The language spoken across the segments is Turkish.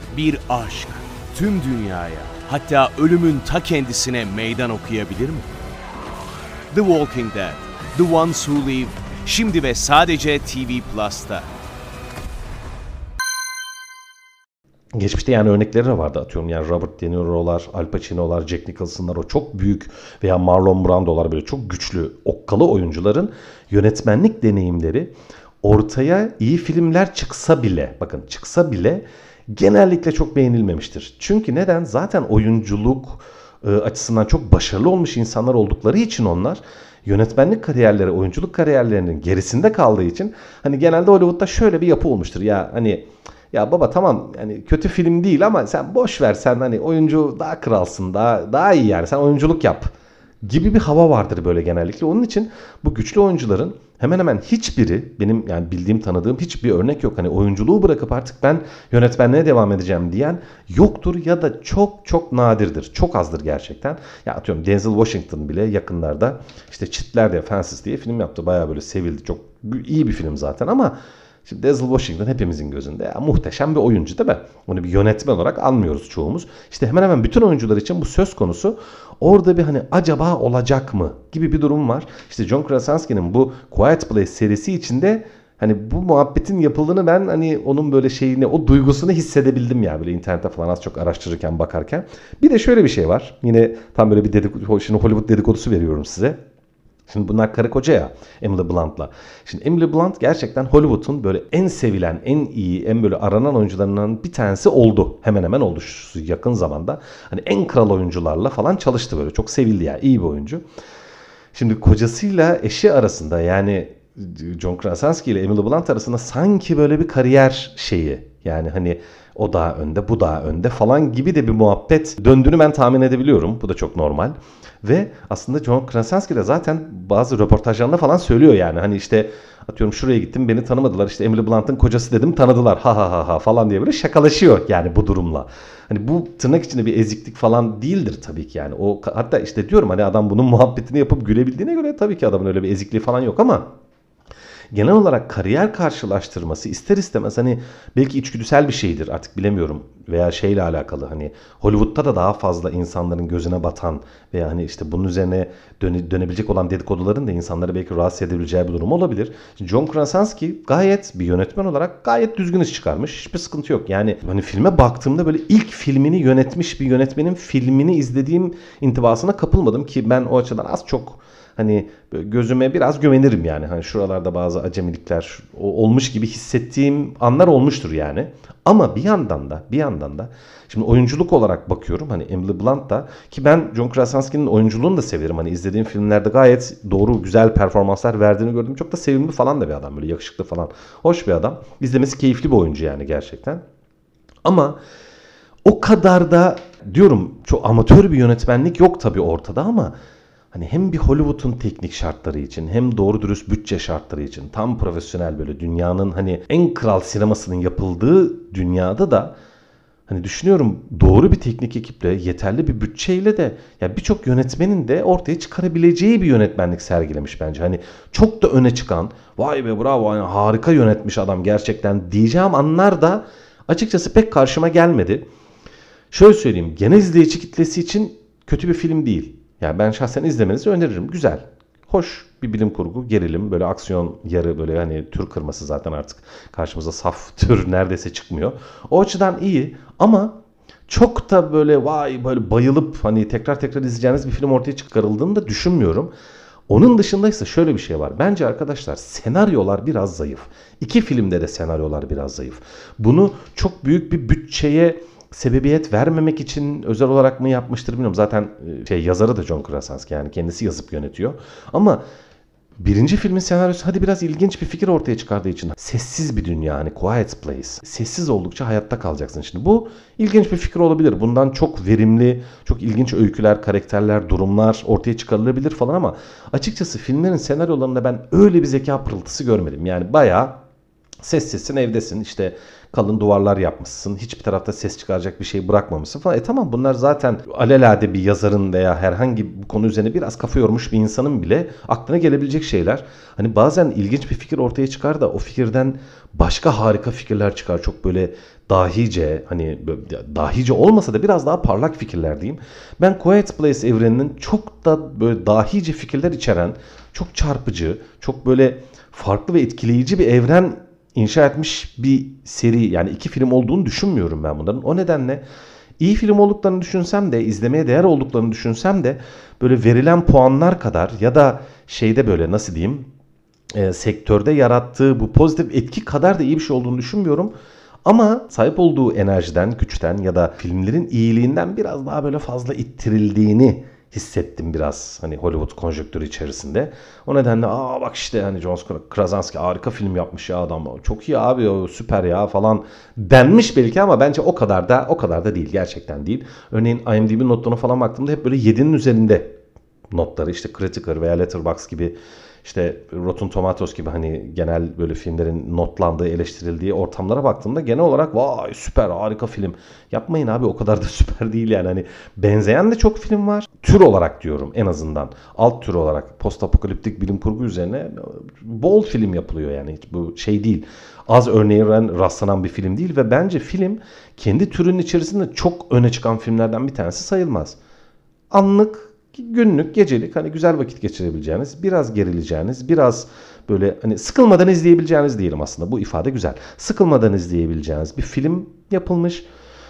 Bir aşk tüm dünyaya, hatta ölümün ta kendisine meydan okuyabilir mi? The Walking Dead, The Ones Who Live, şimdi ve sadece TV Plus'ta. Geçmişte yani örnekleri de vardı, atıyorum yani Robert De Niro'lar, Al Pacino'lar, Jack Nicholson'lar, o çok büyük veya Marlon Brando'lar, böyle çok güçlü, okkalı oyuncuların yönetmenlik deneyimleri ortaya iyi filmler çıksa bile, bakın çıksa bile genellikle çok beğenilmemiştir. Çünkü neden? Zaten oyunculuk açısından çok başarılı olmuş insanlar oldukları için onlar yönetmenlik kariyerleri, oyunculuk kariyerlerinin gerisinde kaldığı için hani genelde Hollywood'da şöyle bir yapı olmuştur. Ya hani ya baba tamam yani kötü film değil ama sen boş ver, sen hani oyuncu daha kralsın, daha iyi yani, sen oyunculuk yap gibi bir hava vardır böyle genellikle. Onun için bu güçlü oyuncuların hemen hemen hiçbiri, benim yani bildiğim tanıdığım hiçbir örnek yok. Hani oyunculuğu bırakıp artık ben yönetmenliğe devam edeceğim diyen yoktur ya da çok çok nadirdir. Çok azdır gerçekten. Ya atıyorum Denzel Washington bile yakınlarda işte Çitler diye, Fences diye film yaptı. Bayağı böyle sevildi. Çok iyi bir film zaten ama şimdi Denzel Washington hepimizin gözünde ya, muhteşem bir oyuncu değil mi? Onu bir yönetmen olarak anmıyoruz çoğumuz. İşte hemen hemen bütün oyuncular için bu söz konusu. Orada bir hani acaba olacak mı gibi bir durum var. İşte John Krasinski'nin bu Quiet Place serisi içinde hani bu muhabbetin yapıldığını ben hani onun böyle şeyini, o duygusunu hissedebildim ya, böyle internette falan az çok araştırırken, bakarken. Bir de şöyle bir şey var. Yine tam böyle bir dedikodu, şimdi Hollywood dedikodusu veriyorum size. Şimdi bunlar karı koca ya, Emily Blunt'la. Şimdi Emily Blunt gerçekten Hollywood'un böyle en sevilen, en iyi, en böyle aranan oyuncularından bir tanesi oldu. Hemen hemen oldu şu yakın zamanda. Hani en kral oyuncularla falan çalıştı böyle. Çok sevildi yani, iyi bir oyuncu. Şimdi kocasıyla eşi arasında, yani John Krasinski ile Emily Blunt arasında sanki böyle bir kariyer şeyi. Yani hani o daha önde, bu daha önde falan gibi de bir muhabbet döndüğünü ben tahmin edebiliyorum. Bu da çok normal. Ve aslında John Krasinski de zaten bazı röportajlarında falan söylüyor yani. Hani işte atıyorum şuraya gittim, beni tanımadılar. İşte Emily Blunt'ın kocası dedim, tanıdılar. Ha ha ha ha falan diye böyle şakalaşıyor yani bu durumla. Hani bu tırnak içinde bir eziklik falan değildir tabii ki yani. O hatta işte diyorum hani adam bunun muhabbetini yapıp gülebildiğine göre tabii ki adamın öyle bir ezikliği falan yok ama genel olarak kariyer karşılaştırması ister istemez hani belki içgüdüsel bir şeydir artık, bilemiyorum, veya şeyle alakalı, hani Hollywood'da da daha fazla insanların gözüne batan veya hani işte bunun üzerine dönebilecek olan dedikoduların da insanları belki rahatsız edebileceği bir durum olabilir. John Krasinski gayet bir yönetmen olarak gayet düzgün iş çıkarmış. Hiçbir sıkıntı yok. Yani hani filme baktığımda böyle ilk filmini yönetmiş bir yönetmenin filmini izlediğim intibasına kapılmadım ki ben o açıdan az çok hani gözüme biraz güvenirim yani. Hani şuralarda bazı acemilikler olmuş gibi hissettiğim anlar olmuştur yani. Ama bir yandan da şimdi oyunculuk olarak bakıyorum hani Emily Blunt da, ki ben John Krasinski'nin oyunculuğunu da severim. Hani izlediğim filmlerde gayet doğru, güzel performanslar verdiğini gördüm. Çok da sevimli falan da bir adam, böyle yakışıklı falan. Hoş bir adam. İzlemesi keyifli bir oyuncu yani gerçekten. Ama o kadar da diyorum çok amatör bir yönetmenlik yok tabii ortada ama hani hem bir Hollywood'un teknik şartları için hem doğru dürüst bütçe şartları için tam profesyonel, böyle dünyanın hani en kral sinemasının yapıldığı dünyada da hani düşünüyorum doğru bir teknik ekiple, yeterli bir bütçeyle de ya birçok yönetmenin de ortaya çıkarabileceği bir yönetmenlik sergilemiş bence. Hani çok da öne çıkan, vay be bravo yani harika yönetmiş adam gerçekten diyeceğim anlar da açıkçası pek karşıma gelmedi. Şöyle söyleyeyim, genel izleyici kitlesi için kötü bir film değil. Yani ben şahsen izlemenizi öneririm. Güzel, hoş bir bilim kurgu, gerilim, böyle aksiyon, yarı böyle hani tür kırması, zaten artık karşımıza saf tür neredeyse çıkmıyor. O açıdan iyi ama çok da böyle vay böyle bayılıp hani tekrar tekrar izleyeceğiniz bir film ortaya çıkarıldığını da düşünmüyorum. Onun dışında ise şöyle bir şey var. Bence arkadaşlar senaryolar biraz zayıf. İki filmde de senaryolar biraz zayıf. Bunu çok büyük bir bütçeye sebebiyet vermemek için özel olarak mı yapmıştır bilmiyorum. Zaten yazarı da John Krasinski, yani kendisi yazıp yönetiyor. Ama birinci filmin senaryosu hadi biraz ilginç bir fikir ortaya çıkardığı için sessiz bir dünya, hani Quiet Place. Sessiz oldukça hayatta kalacaksın. Şimdi bu ilginç bir fikir olabilir. Bundan çok verimli, çok ilginç öyküler, karakterler, durumlar ortaya çıkarılabilir falan ama açıkçası filmlerin senaryolarında ben öyle bir zeka pırıltısı görmedim. Yani bayağı Sessizsin, evdesin, işte kalın duvarlar yapmışsın, hiçbir tarafta ses çıkaracak bir şey bırakmamışsın falan. Tamam, bunlar zaten alelade bir yazarın veya herhangi bir konu üzerine biraz kafa yormuş bir insanın bile aklına gelebilecek şeyler. Hani bazen ilginç bir fikir ortaya çıkar da o fikirden başka harika fikirler çıkar. Çok böyle dahice, hani dahice olmasa da biraz daha parlak fikirler diyeyim. Ben Quiet Place evreninin çok da böyle dahice fikirler içeren, çok çarpıcı, çok böyle farklı ve etkileyici bir evren inşa etmiş bir seri, yani 2 film olduğunu düşünmüyorum ben bunların. O nedenle iyi film olduklarını düşünsem de, izlemeye değer olduklarını düşünsem de böyle verilen puanlar kadar ya da şeyde böyle nasıl diyeyim, sektörde yarattığı bu pozitif etki kadar da iyi bir şey olduğunu düşünmüyorum. Ama sahip olduğu enerjiden, güçten ya da filmlerin iyiliğinden biraz daha böyle fazla ittirildiğini hissettim biraz, hani Hollywood konjonktürü içerisinde. O nedenle bak işte hani John Krasinski harika film yapmış ya adam. Çok iyi abi, o süper ya falan denmiş belki ama bence o kadar da değil, gerçekten değil. Örneğin IMDb notlarına falan baktığımda hep böyle 7'nin üzerinde notları, işte Criticker veya Letterboxd gibi, işte Rotten Tomatoes gibi hani genel böyle filmlerin notlandığı, eleştirildiği ortamlara baktığımda genel olarak vay süper harika film. Yapmayın abi, o kadar da süper değil yani. Hani benzeyen de çok film var. Tür olarak diyorum en azından. Alt tür olarak post apokaliptik bilim kurgu üzerine bol film yapılıyor yani. Hiç bu şey değil. Az örneğe rastlanan bir film değil ve bence film kendi türünün içerisinde çok öne çıkan filmlerden bir tanesi sayılmaz. Anlık, günlük, gecelik hani güzel vakit geçirebileceğiniz, biraz gerileceğiniz, biraz böyle hani sıkılmadan izleyebileceğiniz diyelim aslında. Bu ifade güzel. Sıkılmadan izleyebileceğiniz bir film yapılmış.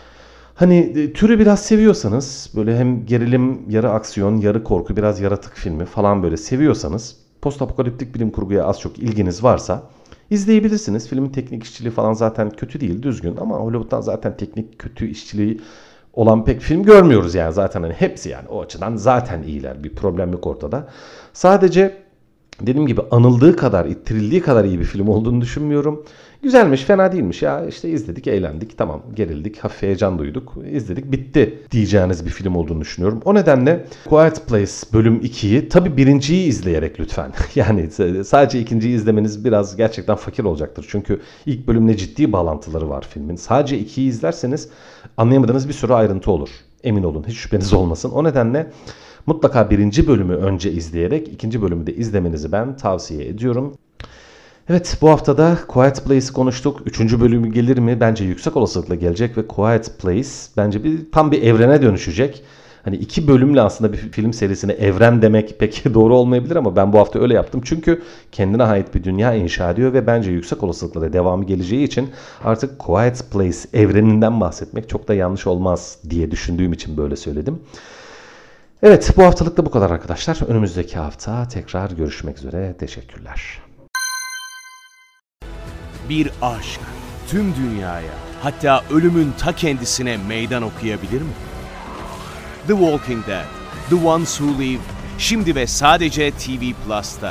Hani türü biraz seviyorsanız, böyle hem gerilim, yarı aksiyon, yarı korku, biraz yaratık filmi falan böyle seviyorsanız, post apokaliptik bilim kurguya az çok ilginiz varsa izleyebilirsiniz. Filmin teknik işçiliği falan zaten kötü değil, düzgün, ama Hollywood'dan zaten teknik kötü işçiliği olan pek film görmüyoruz yani, zaten hani hepsi yani o açıdan zaten iyiler, bir problem yok ortada. Sadece dediğim gibi anıldığı kadar, ittirildiği kadar iyi bir film olduğunu düşünmüyorum. Güzelmiş, fena değilmiş ya, işte izledik, eğlendik, tamam, gerildik, hafif heyecan duyduk, izledik, bitti diyeceğiniz bir film olduğunu düşünüyorum. O nedenle Quiet Place bölüm 2'yi, tabii birinciyi izleyerek lütfen. Yani sadece ikinciyi izlemeniz biraz gerçekten fakir olacaktır. Çünkü ilk bölümle ciddi bağlantıları var filmin. Sadece 2'yi izlerseniz anlayamadığınız bir sürü ayrıntı olur. Emin olun, hiç şüpheniz olmasın. O nedenle mutlaka birinci bölümü önce izleyerek ikinci bölümü de izlemenizi ben tavsiye ediyorum. Evet, bu hafta da Quiet Place'i konuştuk. Üçüncü bölümü gelir mi? Bence yüksek olasılıkla gelecek ve Quiet Place bence tam bir evrene dönüşecek. Hani 2 bölümle aslında bir film serisine evren demek pek doğru olmayabilir ama ben bu hafta öyle yaptım. Çünkü kendine ait bir dünya inşa ediyor ve bence yüksek olasılıkla da devamı geleceği için artık Quiet Place evreninden bahsetmek çok da yanlış olmaz diye düşündüğüm için böyle söyledim. Evet, bu haftalık da bu kadar arkadaşlar. Önümüzdeki hafta tekrar görüşmek üzere. Teşekkürler. Bir aşk tüm dünyaya, hatta ölümün ta kendisine meydan okuyabilir mi? The Walking Dead, The Ones Who Live, şimdi ve sadece TV Plus'ta.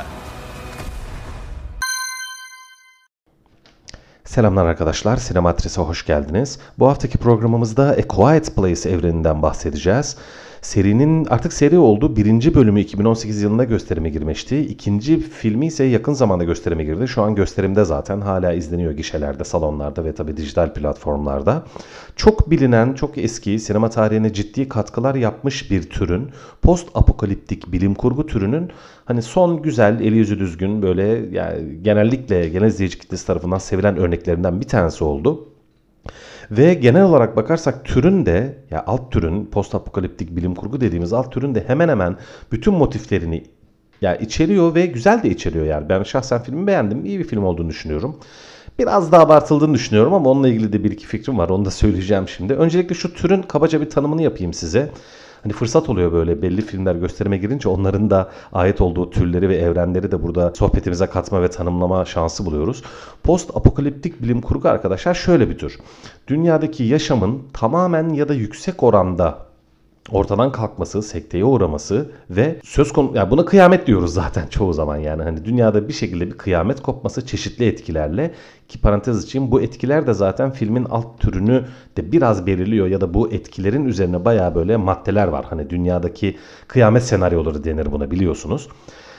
Selamlar arkadaşlar, Sinematris'e hoş geldiniz. Bu haftaki programımızda A Quiet Place evreninden bahsedeceğiz. Serinin artık seri oldu. Birinci bölümü 2018 yılında gösterime girmişti. İkinci filmi ise yakın zamanda gösterime girdi. Şu an gösterimde zaten, hala izleniyor gişelerde, salonlarda ve tabii dijital platformlarda. Çok bilinen, çok eski, sinema tarihine ciddi katkılar yapmış bir türün, post apokaliptik bilim kurgu türünün hani son güzel, eli yüzü düzgün, böyle yani genellikle genel izleyici kitlesi tarafından sevilen örneklerinden bir tanesi oldu. Ve genel olarak bakarsak türün de, ya alt türün, post apokaliptik bilim kurgu dediğimiz alt türün de hemen hemen bütün motiflerini ya içeriyor ve güzel de içeriyor yani. Ben şahsen filmi beğendim. İyi bir film olduğunu düşünüyorum. Biraz daha abartıldığını düşünüyorum ama onunla ilgili de bir iki fikrim var. Onu da söyleyeceğim şimdi. Öncelikle şu türün kabaca bir tanımını yapayım size. Hani fırsat oluyor böyle belli filmler gösterime girince onların da ait olduğu türleri ve evrenleri de burada sohbetimize katma ve tanımlama şansı buluyoruz. Post apokaliptik bilim kurgu arkadaşlar şöyle bir tür. Dünyadaki yaşamın tamamen ya da yüksek oranda ortadan kalkması, sekteye uğraması ve söz konusu, yani buna kıyamet diyoruz zaten çoğu zaman, yani hani dünyada bir şekilde bir kıyamet kopması çeşitli etkilerle, ki parantez için bu etkiler de zaten filmin alt türünü de biraz belirliyor ya da bu etkilerin üzerine bayağı böyle maddeler var. Hani dünyadaki kıyamet senaryoları denir buna, biliyorsunuz.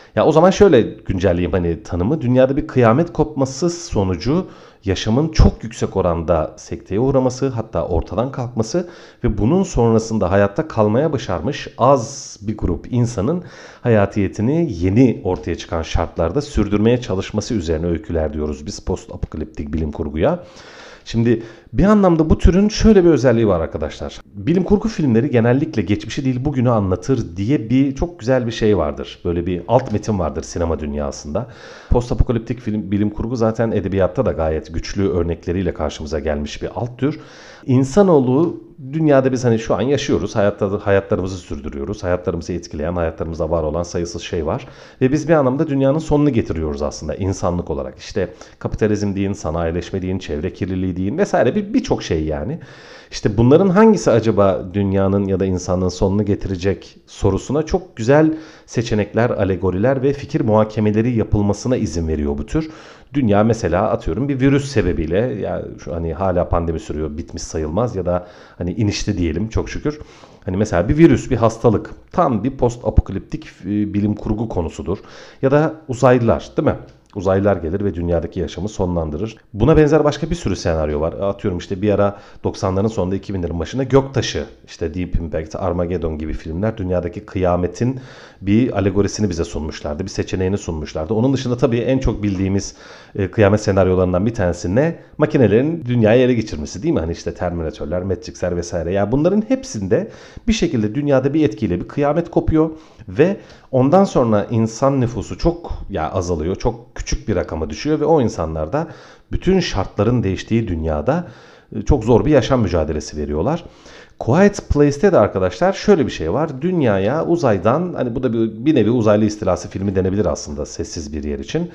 Ya o zaman şöyle güncelleyeyim hani tanımı. Dünyada bir kıyamet kopması sonucu yaşamın çok yüksek oranda sekteye uğraması, hatta ortadan kalkması ve bunun sonrasında hayatta kalmaya başarmış az bir grup insanın hayatiyetini yeni ortaya çıkan şartlarda sürdürmeye çalışması üzerine öyküler diyoruz biz post apokaliptik bilim kurguya. Şimdi bir anlamda bu türün şöyle bir özelliği var arkadaşlar. Bilim kurgu filmleri genellikle geçmişi değil bugünü anlatır diye bir çok güzel bir şey vardır. Böyle bir alt metin vardır sinema dünyasında. Post apokaliptik bilim kurgu zaten edebiyatta da gayet güçlü örnekleriyle karşımıza gelmiş bir alt tür. İnsanoğlu dünyada biz hani şu an yaşıyoruz, hayatlarımızı sürdürüyoruz. Hayatlarımızı etkileyen, hayatlarımızda var olan sayısız şey var. Ve biz bir anlamda dünyanın sonunu getiriyoruz aslında insanlık olarak. İşte kapitalizm deyin, sanayileşme deyin, çevre kirliliği deyin vesaire birçok şey yani. İşte bunların hangisi acaba dünyanın ya da insanlığın sonunu getirecek sorusuna çok güzel seçenekler, alegoriler ve fikir muhakemeleri yapılmasına izin veriyor bu tür. Dünya mesela atıyorum bir virüs sebebiyle ya şu hani hala pandemi sürüyor, bitmiş sayılmaz ya da hani inişte diyelim çok şükür. Hani mesela bir virüs, bir hastalık tam bir post apokaliptik bilim kurgu konusudur. Ya da uzaylılar değil mi? Uzaylılar gelir ve dünyadaki yaşamı sonlandırır. Buna benzer başka bir sürü senaryo var. Atıyorum işte bir ara 90'ların sonunda 2000'lerin başında Göktaşı, işte Deep Impact, Armageddon gibi filmler dünyadaki kıyametin bir alegorisini bize sunmuşlardı. Bir seçeneğini sunmuşlardı. Onun dışında tabii en çok bildiğimiz kıyamet senaryolarından bir tanesi ne? Makinelerin dünyayı ele geçirmesi değil mi? Hani işte Terminatörler, Matrix'ler vesaire. Yani bunların hepsinde bir şekilde dünyada bir etkiyle bir kıyamet kopuyor ve ondan sonra insan nüfusu çok azalıyor. Çok küçük bir rakama düşüyor ve o insanlar da bütün şartların değiştiği dünyada çok zor bir yaşam mücadelesi veriyorlar. Quiet Place'te de arkadaşlar şöyle bir şey var. Dünyaya uzaydan, hani bu da bir nevi uzaylı istilası filmi denebilir aslında sessiz bir yer için.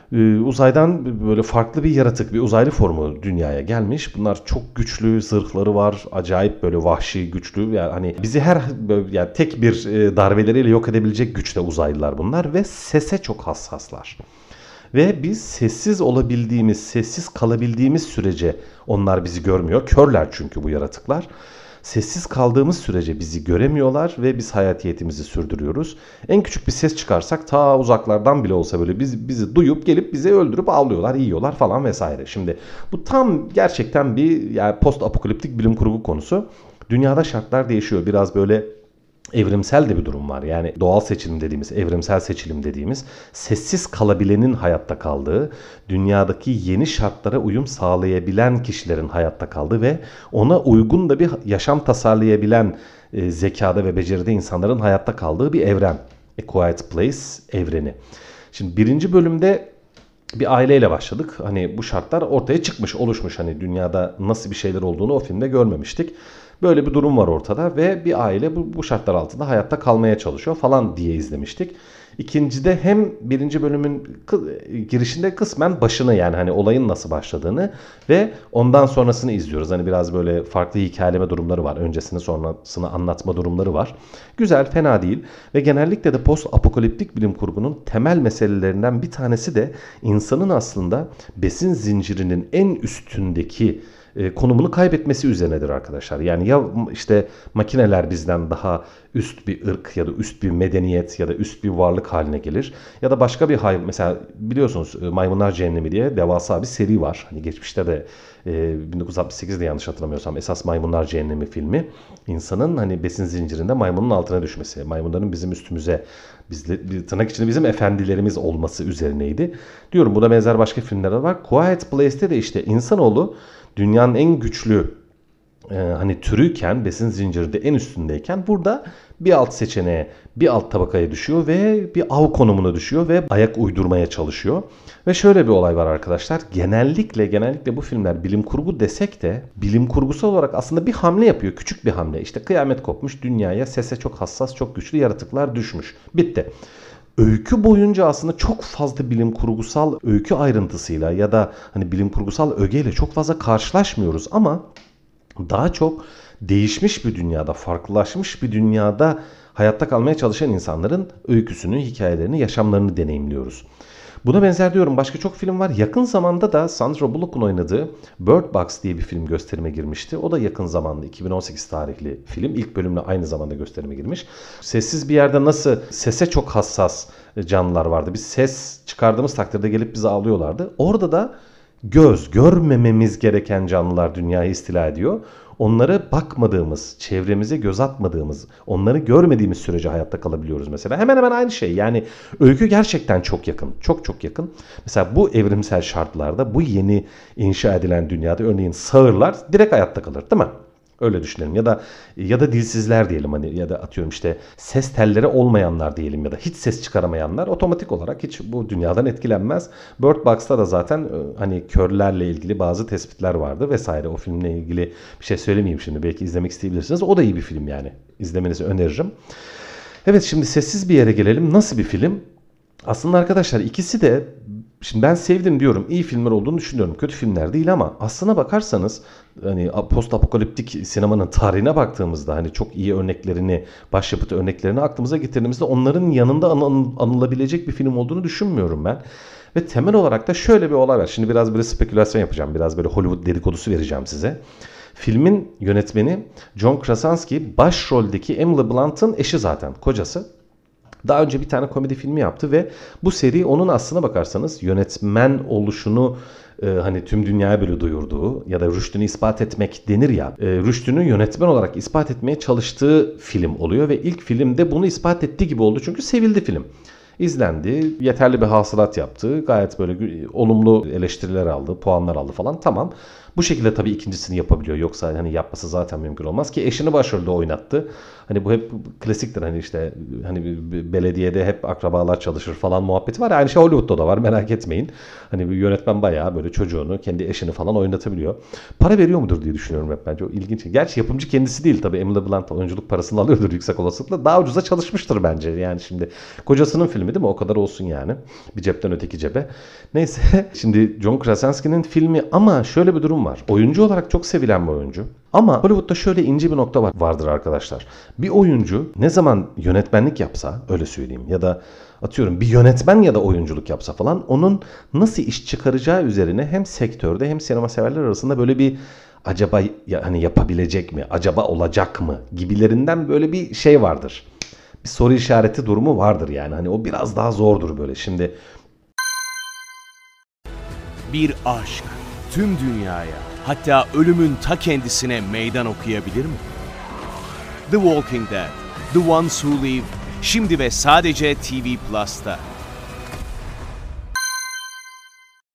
Uzaydan böyle farklı bir yaratık, bir uzaylı formu dünyaya gelmiş. Bunlar çok güçlü, zırhları var, acayip böyle vahşi, güçlü. Yani hani bizi yani tek bir darbeleriyle yok edebilecek güçte uzaylılar bunlar ve sese çok hassaslar. Ve biz sessiz olabildiğimiz, sessiz kalabildiğimiz sürece onlar bizi görmüyor. Körler çünkü bu yaratıklar. Sessiz kaldığımız sürece bizi göremiyorlar ve biz hayatiyetimizi sürdürüyoruz. En küçük bir ses çıkarsak ta uzaklardan bile olsa böyle bizi duyup gelip bizi öldürüp avlıyorlar, yiyorlar falan vesaire. Şimdi bu tam gerçekten bir post apokaliptik bilim kurgu konusu. Dünyada şartlar değişiyor. Biraz böyle evrimsel de bir durum var. Yani doğal seçilim dediğimiz, evrimsel seçilim dediğimiz sessiz kalabilenin hayatta kaldığı, dünyadaki yeni şartlara uyum sağlayabilen kişilerin hayatta kaldığı ve ona uygun da bir yaşam tasarlayabilen zekada ve beceride insanların hayatta kaldığı bir evren. A Quiet Place evreni. Şimdi birinci bölümde bir aileyle başladık. Hani bu şartlar ortaya çıkmış, oluşmuş. Hani dünyada nasıl bir şeyler olduğunu o filmde görmemiştik. Böyle bir durum var ortada ve bir aile bu şartlar altında hayatta kalmaya çalışıyor falan diye izlemiştik. İkincide hem birinci bölümün girişinde kısmen başını, yani hani olayın nasıl başladığını ve ondan sonrasını izliyoruz. Hani biraz böyle farklı hikayeleme durumları var. Öncesini sonrasını anlatma durumları var. Güzel, fena değil ve genellikle de post apokaliptik bilim kurgunun temel meselelerinden bir tanesi de insanın aslında besin zincirinin en üstündeki konumunu kaybetmesi üzerinedir arkadaşlar. Yani ya işte makineler bizden daha üst bir ırk ya da üst bir medeniyet ya da üst bir varlık haline gelir. Ya da başka bir hayvan, mesela biliyorsunuz Maymunlar Cehennemi diye devasa bir seri var. Hani geçmişte de 1968'de yanlış hatırlamıyorsam esas Maymunlar Cehennemi filmi insanın hani besin zincirinde maymunun altına düşmesi. Maymunların bizim üstümüze, tırnak içinde bizim efendilerimiz olması üzerineydi. Diyorum, buna benzer başka filmler de var. Quiet Place'te de işte insanoğlu dünyanın en güçlü hani türüyken, besin zincirinde en üstündeyken burada bir alt seçeneğe, bir alt tabakaya düşüyor ve bir av konumuna düşüyor ve ayak uydurmaya çalışıyor. Ve şöyle bir olay var arkadaşlar. Genellikle bu filmler bilim kurgu desek de bilim kurgusal olarak aslında bir hamle yapıyor. Küçük bir hamle. İşte kıyamet kopmuş, dünyaya sese çok hassas, çok güçlü yaratıklar düşmüş. Bitti. Öykü boyunca aslında çok fazla bilim kurgusal öykü ayrıntısıyla ya da hani bilim kurgusal ögeyle çok fazla karşılaşmıyoruz ama daha çok değişmiş bir dünyada, farklılaşmış bir dünyada hayatta kalmaya çalışan insanların öyküsünü, hikayelerini, yaşamlarını deneyimliyoruz. Buna benzer diyorum başka çok film var. Yakın zamanda da Sandra Bullock'un oynadığı Bird Box diye bir film gösterime girmişti. O da yakın zamanda 2018 tarihli film. İlk bölümle aynı zamanda gösterime girmiş. Sessiz bir yerde nasıl sese çok hassas canlılar vardı. Biz ses çıkardığımız takdirde gelip bizi avlıyorlardı. Orada da görmememiz gereken canlılar dünyayı istila ediyor. Onlara bakmadığımız, çevremize göz atmadığımız, onları görmediğimiz sürece hayatta kalabiliyoruz mesela. Hemen hemen aynı şey. Yani öykü gerçekten çok yakın. Çok çok yakın. Mesela bu evrimsel şartlarda, bu yeni inşa edilen dünyada örneğin sağırlar direkt hayatta kalır, değil mi? Öyle düşünelim. Ya da dilsizler diyelim, hani, ya da atıyorum işte ses telleri olmayanlar diyelim, ya da hiç ses çıkaramayanlar otomatik olarak hiç bu dünyadan etkilenmez. Bird Box'ta da zaten hani körlerle ilgili bazı tespitler vardı vesaire. O filmle ilgili bir şey söylemeyeyim şimdi. Belki izlemek isteyebilirsiniz. O da iyi bir film yani. İzlemenizi öneririm. Evet, şimdi sessiz bir yere gelelim. Nasıl bir film? Aslında arkadaşlar ikisi de, şimdi ben sevdim diyorum, iyi filmler olduğunu düşünüyorum. Kötü filmler değil ama aslına bakarsanız hani post apokaliptik sinemanın tarihine baktığımızda hani çok iyi örneklerini, başyapıt örneklerini aklımıza getirdiğimizde onların yanında anılabilecek bir film olduğunu düşünmüyorum ben. Ve temel olarak da şöyle bir olay var. Şimdi biraz böyle spekülasyon yapacağım. Biraz böyle Hollywood dedikodusu vereceğim size. Filmin yönetmeni John Krasinski, başroldeki Emily Blunt'ın eşi zaten, kocası. Daha önce bir tane komedi filmi yaptı ve bu seri onun aslına bakarsanız yönetmen oluşunu hani tüm dünyaya böyle duyurduğu ya da rüştünü ispat etmek denir ya, rüştünü yönetmen olarak ispat etmeye çalıştığı film oluyor ve ilk filmde bunu ispat ettiği gibi oldu çünkü sevildi film. İzlendi, yeterli bir hasılat yaptı, gayet böyle olumlu eleştiriler aldı, puanlar aldı falan, tamam. Bu şekilde tabii ikincisini yapabiliyor. Yoksa hani yapması zaten mümkün olmaz ki eşini başrolde oynattı. Hani bu hep klasiktir, hani işte hani belediyede hep akrabalar çalışır falan muhabbeti var ya, aynı şey Hollywood'da da var, merak etmeyin. Hani bir yönetmen bayağı böyle çocuğunu, kendi eşini falan oynatabiliyor. Para veriyor mudur diye düşünüyorum hep bence. O ilginç. Gerçi yapımcı kendisi değil tabii. Emily Blunt oyunculuk parasını alıyordur yüksek olasılıkla. Daha ucuza çalışmıştır bence. Yani şimdi kocasının filmi değil mi? O kadar olsun yani. Bir cepten öteki cebe. Neyse. Şimdi John Krasinski'nin filmi ama şöyle bir durum var. Oyuncu olarak çok sevilen bir oyuncu. Ama Hollywood'da şöyle ince bir nokta vardır arkadaşlar. Bir oyuncu ne zaman yönetmenlik yapsa, öyle söyleyeyim, ya da atıyorum bir yönetmen ya da oyunculuk yapsa falan, onun nasıl iş çıkaracağı üzerine hem sektörde hem sinema severler arasında böyle bir acaba hani yapabilecek mi, acaba olacak mı gibilerinden böyle bir şey vardır. Bir soru işareti durumu vardır yani. Hani o biraz daha zordur böyle. Şimdi bir aşk tüm dünyaya, hatta ölümün ta kendisine meydan okuyabilir mi? The Walking Dead, The Ones Who Live, şimdi ve sadece TV Plus'ta.